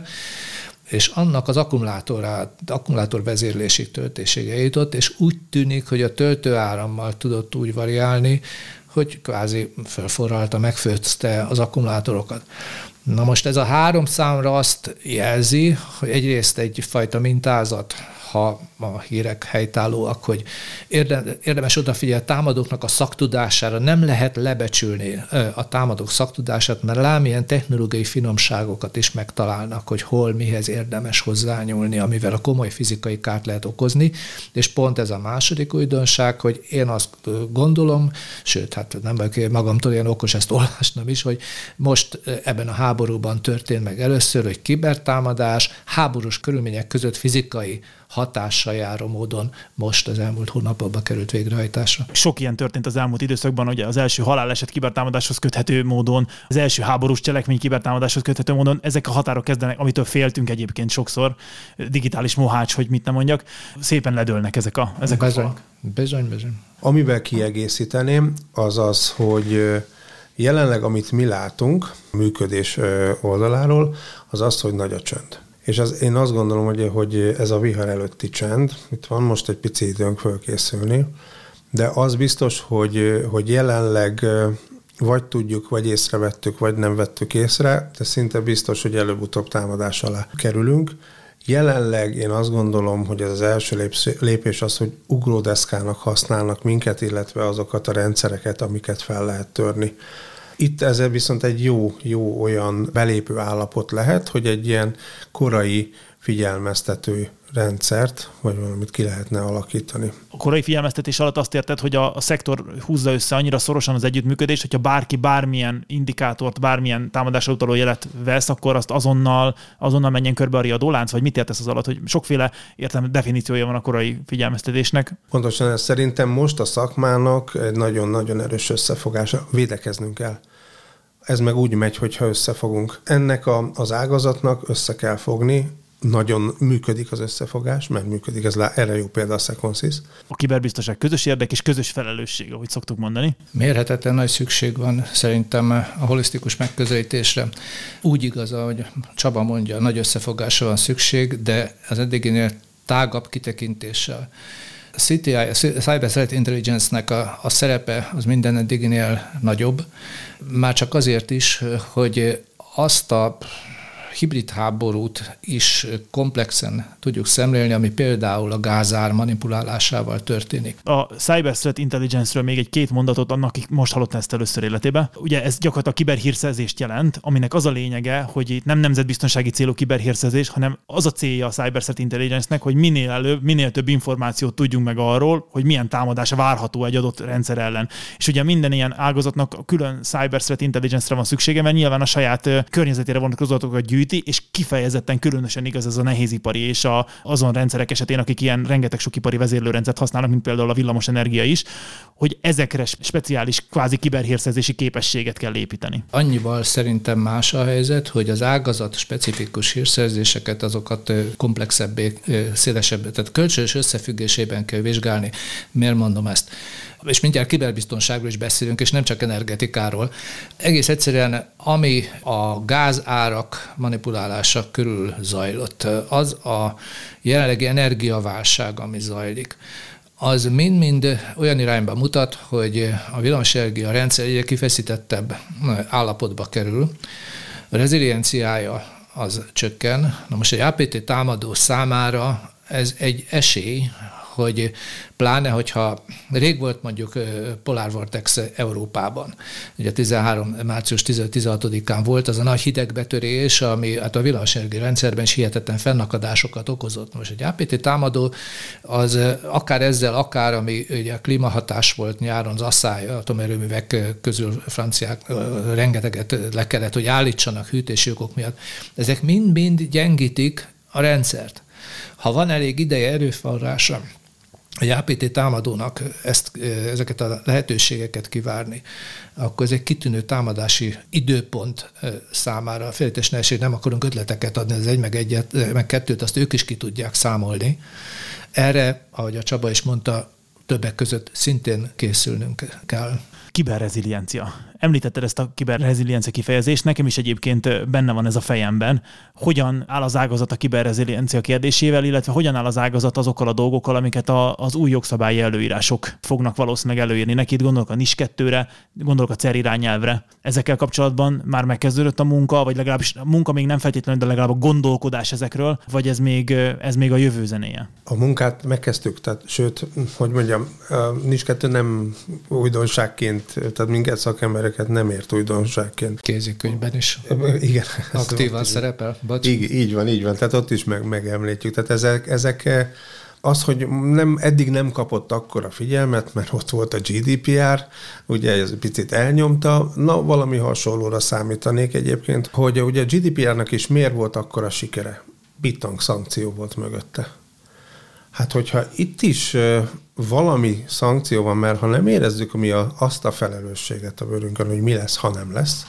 és annak az akkumulátor vezérlési töltésége jutott, és úgy tűnik, hogy a töltőárammal tudott úgy variálni, hogy kvázi felforralta, megfőzte az akkumulátorokat. Na most ez a 3 számra azt jelzi, hogy egyrészt egyfajta mintázat, ha a hírek helytállóak, hogy érdemes odafigyelni a támadóknak a szaktudására, nem lehet lebecsülni a támadók szaktudását, mert lámilyen technológiai finomságokat is megtalálnak, hogy hol, mihez érdemes hozzányúlni, amivel a komoly fizikai kárt lehet okozni, és pont ez a második újdonság, hogy én azt gondolom, sőt, hát nem vagyok magamtól ilyen okos, ezt olvasnom is, hogy most ebben a háborúban történt meg először, hogy kibertámadás, háborús körülmények között fizikai hatással járó módon most az elmúlt hónapokban került végrehajtásra. Sok ilyen történt az elmúlt időszakban, hogy az első haláleset kibertámadáshoz köthető módon, az első háborús cselekmény kibertámadáshoz köthető módon, ezek a határok kezdenek, amitől féltünk egyébként sokszor, digitális mohács, hogy mit nem mondjak, szépen ledőlnek ezek a falak. Bizony. Amivel kiegészíteném, az az, hogy jelenleg, amit mi látunk a működés oldaláról, az az, hogy nagy a csönd. És én azt gondolom, hogy ez a vihar előtti csend, itt van most egy pici időnk fölkészülni, de az biztos, hogy jelenleg vagy tudjuk, vagy észrevettük, vagy nem vettük észre, de szinte biztos, hogy előbb-utóbb támadás alá kerülünk. Jelenleg én azt gondolom, hogy ez az első lépés az, hogy ugródeszkának használnak minket, illetve azokat a rendszereket, amiket fel lehet törni. Itt ezzel viszont egy jó olyan belépő állapot lehet, hogy egy ilyen korai figyelmeztető rendszert, vagy valamit ki lehetne alakítani. A korai figyelmeztetés alatt azt érted, hogy a szektor húzza össze annyira szorosan az együttműködést, hogyha bárki bármilyen indikátort, bármilyen támadásra utaló jelet vesz, akkor azt azonnal menjen körbe a riadólánc, vagy mit értesz az alatt, hogy sokféle definíciója van a korai figyelmeztetésnek? Pontosan ez szerintem most a szakmának egy nagyon-nagyon erős összefogása. Védekeznünk kell. Ez meg úgy megy, hogyha összefogunk. Ennek az ágazatnak össze kell fogni, nagyon működik az összefogás, mert működik, erre jó példa a Seconsys. A kiberbiztonság közös érdek és közös felelősség, ahogy szoktuk mondani. Mérhetetlen nagy szükség van szerintem a holisztikus megközelítésre. Úgy igaz, ahogy Csaba mondja, nagy összefogásra van szükség, de az eddiginél tágabb kitekintéssel. A CTI, a Cyber Threat Intelligence-nek a szerepe az minden eddiginél nagyobb, már csak azért is, hogy azt a hibrid háborút is komplexen tudjuk szemlélni, ami például a gázár manipulálásával történik. A Cyber Threat Intelligence-ről még egy-két mondatot annak, aki most hallotta ezt először életében. Ugye ez gyakorlatilag kiberhírszerzést jelent, aminek az a lényege, hogy itt nem nemzetbiztonsági célú kiberhírszerzés, hanem az a célja a Cyber Threat Intelligence-nek, hogy minél előbb, minél több információt tudjunk meg arról, hogy milyen támadás várható egy adott rendszer ellen. És ugye minden ilyen ágazatnak külön Cyber Threat Intelligence-re van szüksége, mert nyilván a saját környezetére vonatkozó adatokat gyűjti, és kifejezetten különösen igaz ez a nehézipari és azon rendszerek esetén, akik ilyen rengeteg sok ipari vezérlőrendszert használnak, mint például a villamos energia is, hogy ezekre speciális kvázi kiberhírszerzési képességet kell építeni. Annyival szerintem más a helyzet, hogy az ágazat specifikus hírszerzéseket, azokat komplexebbé, szélesebbé, tehát kölcsönös összefüggésében kell vizsgálni. Miért mondom ezt? És mindjárt kiberbiztonságról is beszélünk, és nem csak energetikáról. Egész egyszerűen, ami a gázárak manipulálása körül zajlott, az a jelenlegi energiaválság, ami zajlik, az mind-mind olyan irányba mutat, hogy a villamosenergia rendszer egyre kifeszítettebb állapotba kerül, a rezilienciája az csökken. Na most egy APT támadó számára ez egy esély, hogy pláne, hogyha rég volt mondjuk Polar Vortex Európában, ugye március 15-16-án volt az a nagy hidegbetörés, ami hát a villamosenergia rendszerben is hihetetlen fennakadásokat okozott. Most egy APT támadó az akár ezzel, akár ami ugye a klímahatás volt nyáron, az asszály atomerőművek közül franciák rengeteget le kellett, hogy állítsanak hűtési okok miatt. Ezek mind-mind gyengítik a rendszert. Ha van elég ideje, erőforrása, egy APT támadónak ezeket a lehetőségeket kivárni, akkor ez egy kitűnő támadási időpont számára. Félretes ne essék, nem akarunk ötleteket adni, az egy meg egyet, meg kettőt, azt ők is ki tudják számolni. Erre, ahogy a Csaba is mondta, többek között szintén készülnünk kell. Kiberreziliencia. Említetted ezt a kiberreziliencia kifejezést, nekem is egyébként benne van ez a fejemben. Hogyan áll az ágazat a kiberreziliencia kérdésével, illetve hogyan áll az ágazat azokkal a dolgokkal, amiket az új jogszabályi előírások fognak valószínűleg előírni. Neki itt gondolok a NIS2-re, gondolok a CER irányelvre. Ezekkel kapcsolatban már megkezdődött a munka, vagy legalábbis a munka még nem feltétlenül, de legalább a gondolkodás ezekről, vagy ez még a jövő zenéje? A munkát megkezdtük, tehát sőt, hogy mondjam, a NIS2 nem újdonságként, tehát minket szakembereket nem ért újdonságként. Kézikönyvben is. Igen. Aktívan szerepel. Így van. Tehát ott is megemlítjük. Tehát ezek az, hogy eddig nem kapott akkora figyelmet, mert ott volt a GDPR, ugye ez picit elnyomta, valami hasonlóra számítanék egyébként, hogy ugye a GDPR-nak is miért volt akkora sikere? Bitang szankció volt mögötte. Hát, hogyha itt is valami szankció van, mert ha nem érezzük azt a felelősséget a bőrünkön, hogy mi lesz, ha nem lesz,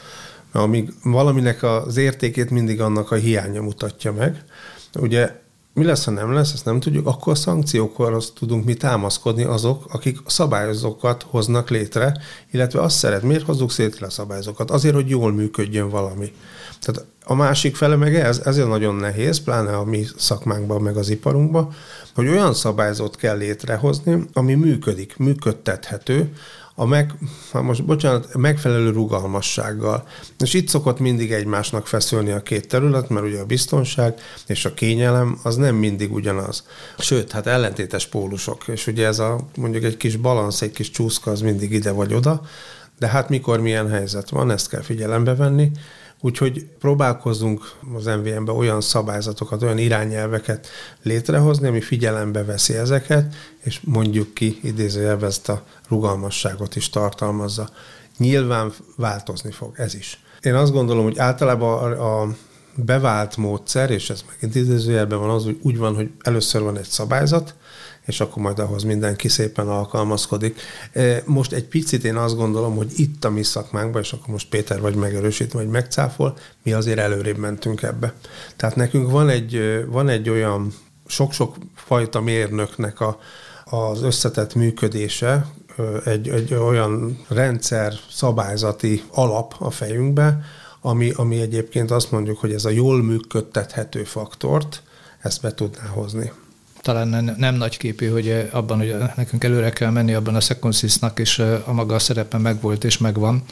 amíg valaminek az értékét mindig annak a hiánya mutatja meg. Ugye mi lesz, ha nem lesz, ezt nem tudjuk, akkor a szankciókhoz tudunk mi támaszkodni azok, akik szabályozókat hoznak létre, illetve miért hozzuk létre a szabályozókat? Azért, hogy jól működjön valami. Tehát a másik fele meg ezért nagyon nehéz, pláne a mi szakmánkban, meg az iparunkban, hogy olyan szabályzót kell létrehozni, ami működik, működtethető, megfelelő rugalmassággal. És itt szokott mindig egymásnak feszülni a két terület, mert ugye a biztonság és a kényelem az nem mindig ugyanaz. Sőt, hát ellentétes pólusok, és ugye ez mondjuk egy kis balansz, egy kis csúszka, az mindig ide vagy oda, de hát mikor milyen helyzet van, ezt kell figyelembe venni. Úgyhogy próbálkozzunk az MVM-ben olyan szabályzatokat, olyan irányelveket létrehozni, ami figyelembe veszi ezeket, és mondjuk ki idézőjelben ezt a rugalmasságot is tartalmazza. Nyilván változni fog ez is. Én azt gondolom, hogy általában a bevált módszer, és ez megint idézőjelben van az, hogy úgy van, hogy először van egy szabályzat, és akkor majd ahhoz mindenki szépen alkalmazkodik. Most egy picit én azt gondolom, hogy itt a mi szakmánkban, és akkor most Péter vagy megerősít, vagy megcáfol, mi azért előrébb mentünk ebbe. Tehát nekünk van egy olyan sok-sok fajta mérnöknek az összetett működése, egy olyan rendszer, szabályzati alap a fejünkbe, ami egyébként azt mondjuk, hogy ez a jól működtethető faktort, ezt be tudná hozni. Talán nem nagyképű, hogy abban, hogy nekünk előre kell menni, abban a Seconsys-nak is a maga szerepe megvolt és megvan.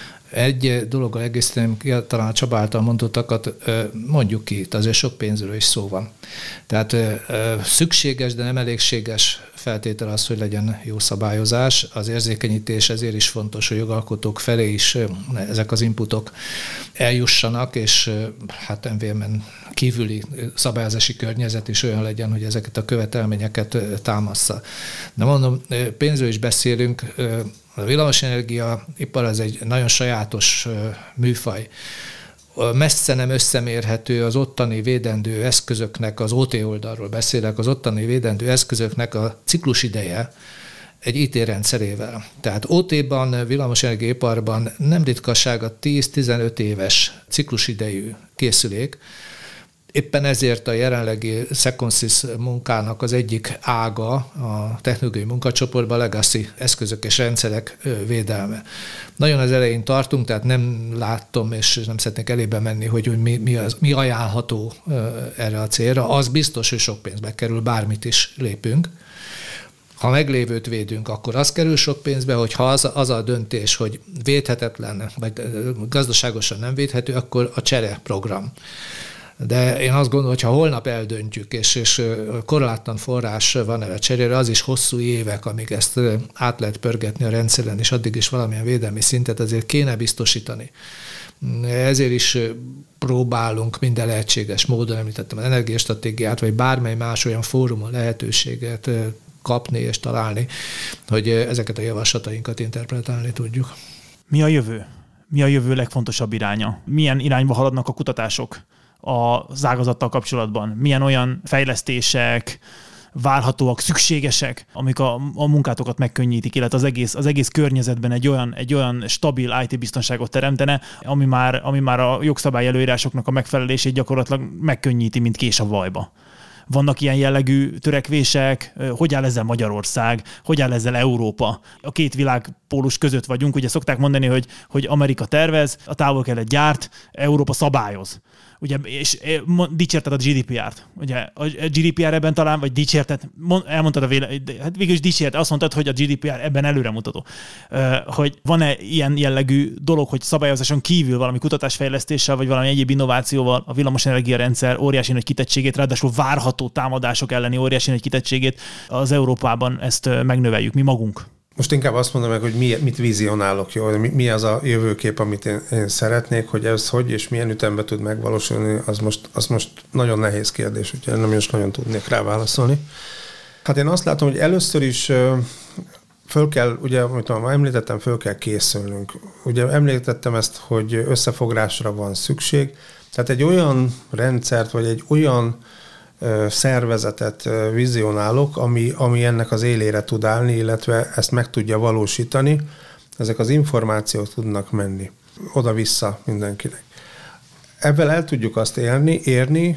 Egy dologgal egészíteném, talán a Csaba által mondottakat mondjuk ki, itt azért sok pénzről is szó van. Tehát szükséges, de nem elégséges feltétel az, hogy legyen jó szabályozás. Az érzékenyítés ezért is fontos, hogy jogalkotók felé is ezek az inputok eljussanak, és hát MVM-en kívüli szabályozási környezet is olyan legyen, hogy ezeket a követelményeket támassza. De mondom, pénzről is beszélünk. A villamosenergia ipar az egy nagyon sajátos műfaj. Messze nem összemérhető az ottani védendő eszközöknek, az OT oldalról beszélek, az ottani védendő eszközöknek a ciklusideje egy IT rendszerével. Tehát OT-ban, villamosenergiaiparban nem ritkaság a 10-15 éves ciklusidejű készülék. Éppen ezért a jelenlegi Seconsys munkának az egyik ága a technológiai munkacsoportban a legacy eszközök és rendszerek védelme. Nagyon az elején tartunk, tehát nem látom, és nem szeretnék elébe menni, hogy mi ajánlható erre a célra. Az biztos, hogy sok pénzbe kerül, bármit is lépünk. Ha meglévőt védünk, akkor az kerül sok pénzbe, hogyha az a döntés, hogy védhetetlen, vagy gazdaságosan nem védhető, akkor a csereprogram. De én azt gondolom, hogy ha holnap eldöntjük, és korlátlan forrás van erre cserére, az is hosszú évek, amíg ezt át lehet pörgetni a rendszeren, és addig is valamilyen védelmi szintet azért kéne biztosítani. Ezért is próbálunk minden lehetséges módon, említettem az energiastratégiát, vagy bármely más olyan fórumon lehetőséget kapni és találni, hogy ezeket a javaslatainkat interpretálni tudjuk. Mi a jövő? Mi a jövő legfontosabb iránya? Milyen irányba haladnak a kutatások az ágazattal kapcsolatban? Milyen olyan fejlesztések várhatóak, szükségesek, amik a munkátokat megkönnyítik, illetve az egész környezetben egy olyan stabil IT-biztonságot teremtene, ami már a jogszabály előírásoknak a megfelelését gyakorlatilag megkönnyíti, mint kés a vajba. Vannak ilyen jellegű törekvések, hogy áll ezzel Magyarország, hogy áll ezzel Európa. A két világpólus között vagyunk, ugye szokták mondani, hogy Amerika tervez, a távol-kelet gyárt, Európa szabályoz. Ugye, és dicsérted a GDPR-t. Ugye a GDPR ebben talán, vagy dicsérted, elmondtad hát végül is dicsérted, azt mondtad, hogy a GDPR ebben előremutató. Hogy van-e ilyen jellegű dolog, hogy szabályozáson kívül valami kutatásfejlesztéssel, vagy valami egyéb innovációval a villamosenergia rendszer óriási nagy kitettségét, ráadásul várható támadások elleni óriási nagy kitettségét az Európában ezt megnöveljük mi magunk. Most inkább azt mondom meg, hogy mit vizionálok, jó? Mi az a jövőkép, amit én szeretnék, hogy ez hogy és milyen ütemben tud megvalósulni, az most nagyon nehéz kérdés, úgyhogy nem is nagyon tudnék rá válaszolni. Hát én azt látom, hogy először is föl kell, ugye, amit már említettem, föl kell készülnünk. Ugye említettem ezt, hogy összefogásra van szükség, tehát egy olyan rendszert, vagy egy olyan szervezetet vizionálok, ami ennek az élére tud állni, illetve ezt meg tudja valósítani. Ezek az információk tudnak menni oda-vissza mindenkinek. Ebben el tudjuk azt érni,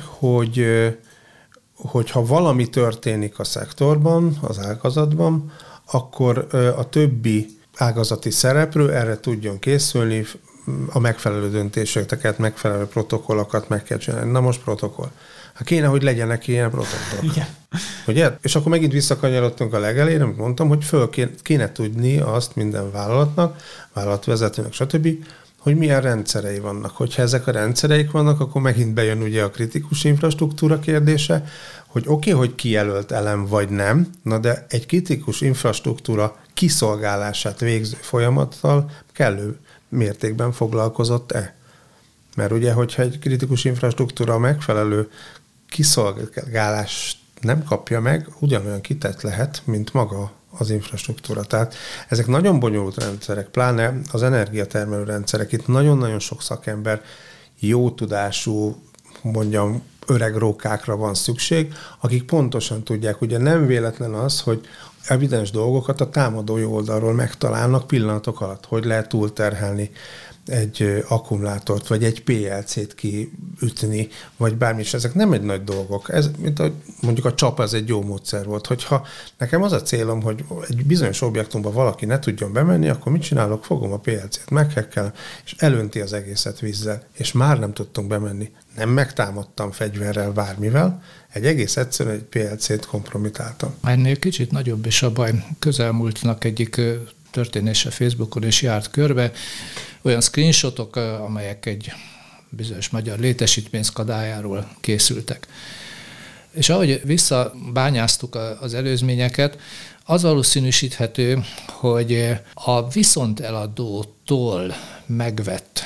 hogy ha valami történik a szektorban, az ágazatban, akkor a többi ágazati szereplő erre tudjon készülni, a megfelelő döntéseket, megfelelő protokollokat meg kell csinálni. Na most protokoll. Hát kéne, hogy legyenek ilyen protokollok. Igen. Ugye? És akkor megint visszakanyarodtunk a legelejére, amit mondtam, hogy föl kéne tudni azt minden vállalatnak, vállalatvezetőnek, stb., hogy milyen rendszerei vannak. Hogyha ezek a rendszereik vannak, akkor megint bejön ugye a kritikus infrastruktúra kérdése, hogy oké, hogy kijelölt elem vagy nem, na de egy kritikus infrastruktúra kiszolgálását végző folyamattal kellő mértékben foglalkozott-e? Mert ugye, hogyha egy kritikus infrastruktúra megfelelő kiszolgálást nem kapja meg, ugyanolyan kitett lehet, mint maga az infrastruktúra. Tehát ezek nagyon bonyolult rendszerek, pláne az energiatermelő rendszerek. Itt nagyon-nagyon sok szakember, jó tudású, mondjam, öreg rókákra van szükség, akik pontosan tudják, ugye nem véletlen az, hogy evidens dolgokat a támadói oldalról megtalálnak pillanatok alatt, hogy lehet túlterhelni egy akkumulátort, vagy egy PLC-t kiütni, vagy bármi, és ezek nem egy nagy dolgok. Ez, mint mondjuk a csap, ez egy jó módszer volt. Hogyha nekem az a célom, hogy egy bizonyos objektumban valaki ne tudjon bemenni, akkor mit csinálok? Fogom a PLC-t, meghekkelem, és elönti az egészet vízzel, és már nem tudtunk bemenni. Nem megtámadtam fegyverrel, bármivel, egy egész egyszerűen egy PLC-t kompromitáltam. Ennél kicsit nagyobb is a baj. Közelmúltnak egyik történése Facebookon is járt körbe, olyan screenshotok, amelyek egy bizonyos magyar létesítmény szkadájáról készültek. És ahogy visszabányáztuk az előzményeket, az valószínűsíthető, hogy a viszonteladótól megvett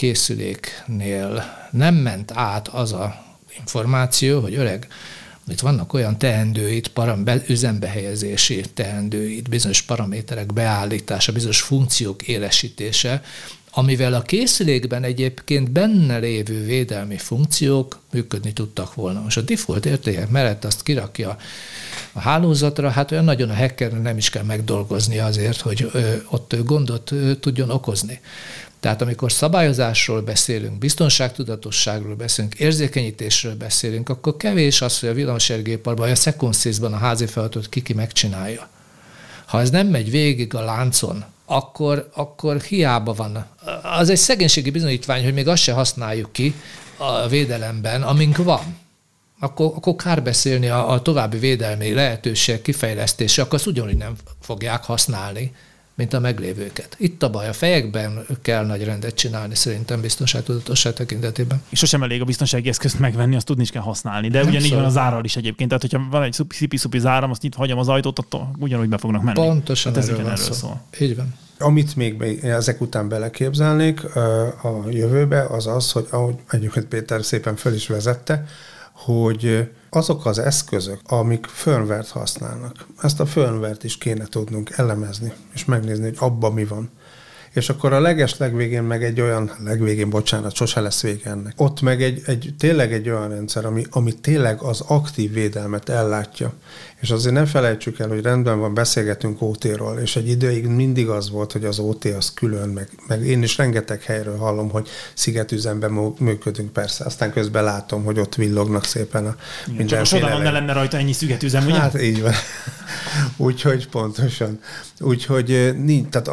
készüléknél nem ment át az a információ, hogy öreg, itt vannak olyan teendőid, üzembehelyezési teendőid, bizonyos paraméterek beállítása, bizonyos funkciók élesítése, amivel a készülékben egyébként benne lévő védelmi funkciók működni tudtak volna. Most a default értékek mellett azt kirakja a hálózatra, hát olyan nagyon a hackernek nem is kell megdolgozni azért, hogy ott gondot tudjon okozni. Tehát amikor szabályozásról beszélünk, biztonságtudatosságról beszélünk, érzékenyítésről beszélünk, akkor kevés az, hogy a villamosenergiaiparban, vagy a Seconsys-ban a házi feladatot ki megcsinálja. Ha ez nem megy végig a láncon, akkor hiába van. Az egy szegénységi bizonyítvány, hogy még azt se használjuk ki a védelemben, amink van. Akkor kár beszélni a további védelmi lehetőség kifejlesztése, akkor azt ugyanúgy nem fogják használni, mint a meglévőket. Itt a baj, a fejekben kell nagy rendet csinálni szerintem biztonságtudatosság tekintetében. És sosem elég a biztonsági eszközt megvenni, azt tudni is kell használni. De ugyanígy van az árral is egyébként. Tehát, hogyha van egy szipi-szupi záram, azt nyitva hagyom az ajtót, attól ugyanúgy be fognak menni. Pontosan hát erről szól. Így van. Amit még ezek után beleképzelnék a jövőbe, az az, hogy ahogy egyébként Péter szépen föl is vezette, hogy azok az eszközök, amik firmware-t használnak, ezt a firmware-t is kéne tudnunk elemezni, és megnézni, hogy abban mi van. És akkor a legvégén meg egy olyan, bocsánat, sose lesz vége ennek. Ott meg tényleg egy olyan rendszer, ami tényleg az aktív védelmet ellátja. És azért ne felejtsük el, hogy rendben van, beszélgetünk OT-ról, és egy időig mindig az volt, hogy az OT az külön, meg én is rengeteg helyről hallom, hogy szigetüzemben működünk persze, aztán közben látom, hogy ott villognak szépen a mindenféle. Csak a sodában ne lenne rajta ennyi szigetüzem, ugye? Hát így van. Úgyhogy pontosan. Úgyhogy tehát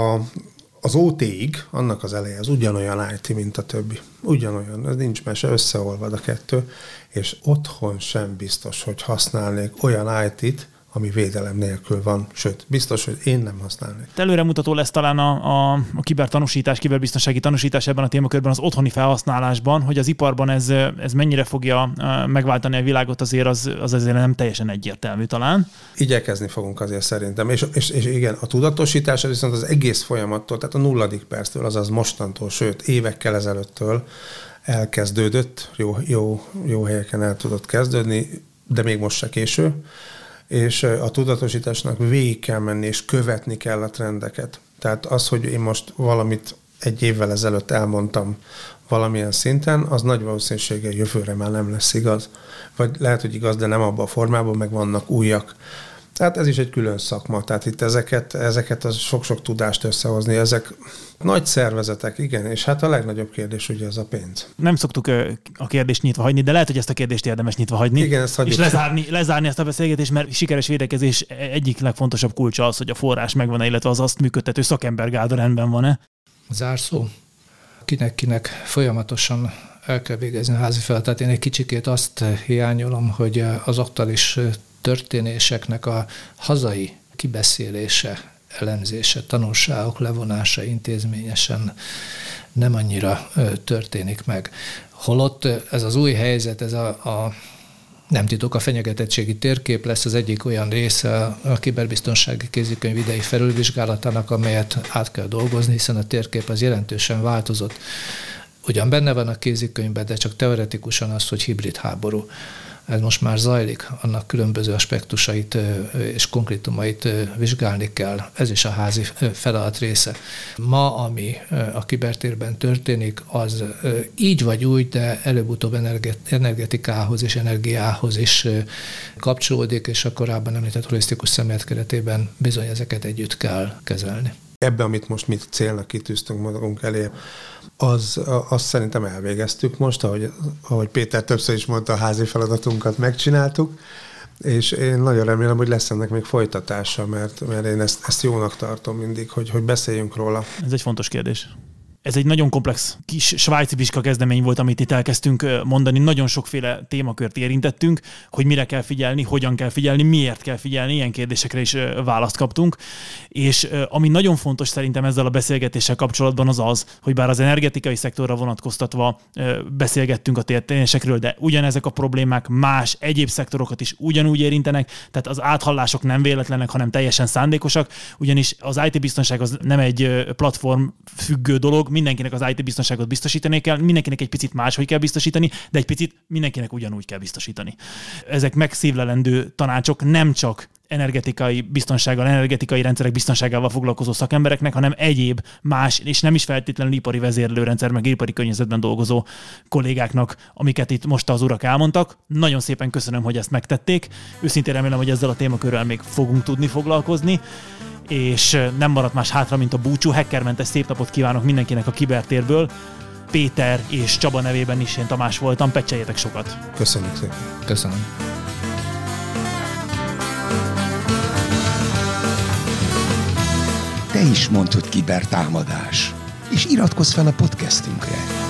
az OT-ig, annak az eleje, az ugyanolyan IT, mint a többi. Ugyanolyan, ez nincs mese, összeolvad a kettő, és otthon sem biztos, hogy használnék olyan IT-t, ami védelem nélkül van. Sőt, biztos, hogy én nem használnék. Előremutató lesz talán a kibertanúsítás, kiberbiztonsági tanúsítás ebben a témakörben az otthoni felhasználásban, hogy az iparban ez mennyire fogja megváltani a világot, az azért nem teljesen egyértelmű talán. Igyekezni fogunk azért szerintem. És igen, a tudatosítás viszont az egész folyamattól, tehát a 0. perctől, azaz mostantól, sőt, évekkel ezelőttől elkezdődött, jó helyeken el tudott kezdődni, de még most se késő. És a tudatosításnak végig kell menni, és követni kell a trendeket. Tehát az, hogy én most valamit egy évvel ezelőtt elmondtam valamilyen szinten, az nagy valószínűséggel jövőre már nem lesz igaz. Vagy lehet, hogy igaz, de nem abban a formában, meg vannak újak. Tehát ez is egy külön szakma. Tehát itt ezeket az sok-sok tudást összehozni, ezek nagy szervezetek, igen, és hát a legnagyobb kérdés ugye ez a pénz. Nem szoktuk a kérdést nyitva hagyni, de lehet, hogy ezt a kérdést érdemes nyitva hagyni. Igen, ezt hagyjuk. És lezárni ezt a beszélgetést, mert sikeres védekezés egyik legfontosabb kulcsa az, hogy a forrás megvan-e, illetve az azt működtető szakembergárda rendben van-e. Zárszó. Kinek folyamatosan el kell végezni a házi feladatot. Én egy kicsikét azt hiányolom, hogy az aktuális történéseknek a hazai kibeszélése, elemzése, tanulságok levonása intézményesen nem annyira történik meg. Holott ez az új helyzet, ez a nem titok, a fenyegetettségi térkép lesz az egyik olyan része a kiberbiztonsági kézikönyv idei felülvizsgálatának, amelyet át kell dolgozni, hiszen a térkép az jelentősen változott. Ugyan benne van a kézikönyvben, de csak teoretikusan az, hogy hibrid háború ez most már zajlik, annak különböző aspektusait és konkrétumait vizsgálni kell. Ez is a házi feladat része. Ma, ami a kibertérben történik, az így vagy úgy, de előbb-utóbb energetikához és energiához is kapcsolódik, és a korábban említett holisztikus szemlélet keretében bizony ezeket együtt kell kezelni. Ebben, amit most mi célnak kitűztünk magunk elé, azt szerintem elvégeztük most, ahogy Péter többször is mondta, a házi feladatunkat megcsináltuk, és én nagyon remélem, hogy lesz ennek még folytatása, mert én ezt jónak tartom mindig, hogy beszéljünk róla. Ez egy fontos kérdés. Ez egy nagyon komplex kis svájci vizsga kezdemény volt, amit itt elkezdtünk mondani. Nagyon sokféle témakört érintettünk, hogy mire kell figyelni, hogyan kell figyelni, miért kell figyelni, ilyen kérdésekre is választ kaptunk. És ami nagyon fontos szerintem ezzel a beszélgetéssel kapcsolatban az, hogy bár az energetikai szektorra vonatkoztatva beszélgettünk a történésekről, de ugyanezek a problémák más egyéb szektorokat is ugyanúgy érintenek, tehát az áthallások nem véletlenek, hanem teljesen szándékosak, ugyanis az IT-biztonság az nem egy platform függő dolog, mindenkinek az IT-biztonságot biztosítani kell, mindenkinek egy picit máshogy kell biztosítani, de egy picit mindenkinek ugyanúgy kell biztosítani. Ezek megszívlelendő tanácsok nem csak energetikai biztonsággal, energetikai rendszerek biztonságával foglalkozó szakembereknek, hanem egyéb más, és nem is feltétlenül ipari vezérlőrendszer, meg ipari környezetben dolgozó kollégáknak, amiket itt most az urak elmondtak. Nagyon szépen köszönöm, hogy ezt megtették. Őszintén remélem, hogy ezzel a témakörrel még fogunk tudni foglalkozni, és nem maradt más hátra, mint a búcsú. Hackermentes szép napot kívánok mindenkinek a kibertérből. Péter és Csaba nevében is én Tamás voltam. Pecseljetek sokat! Köszönjük szépen! Köszönöm! Te is mondd, hogy kibertámadás, és iratkozz fel a podcastünkre.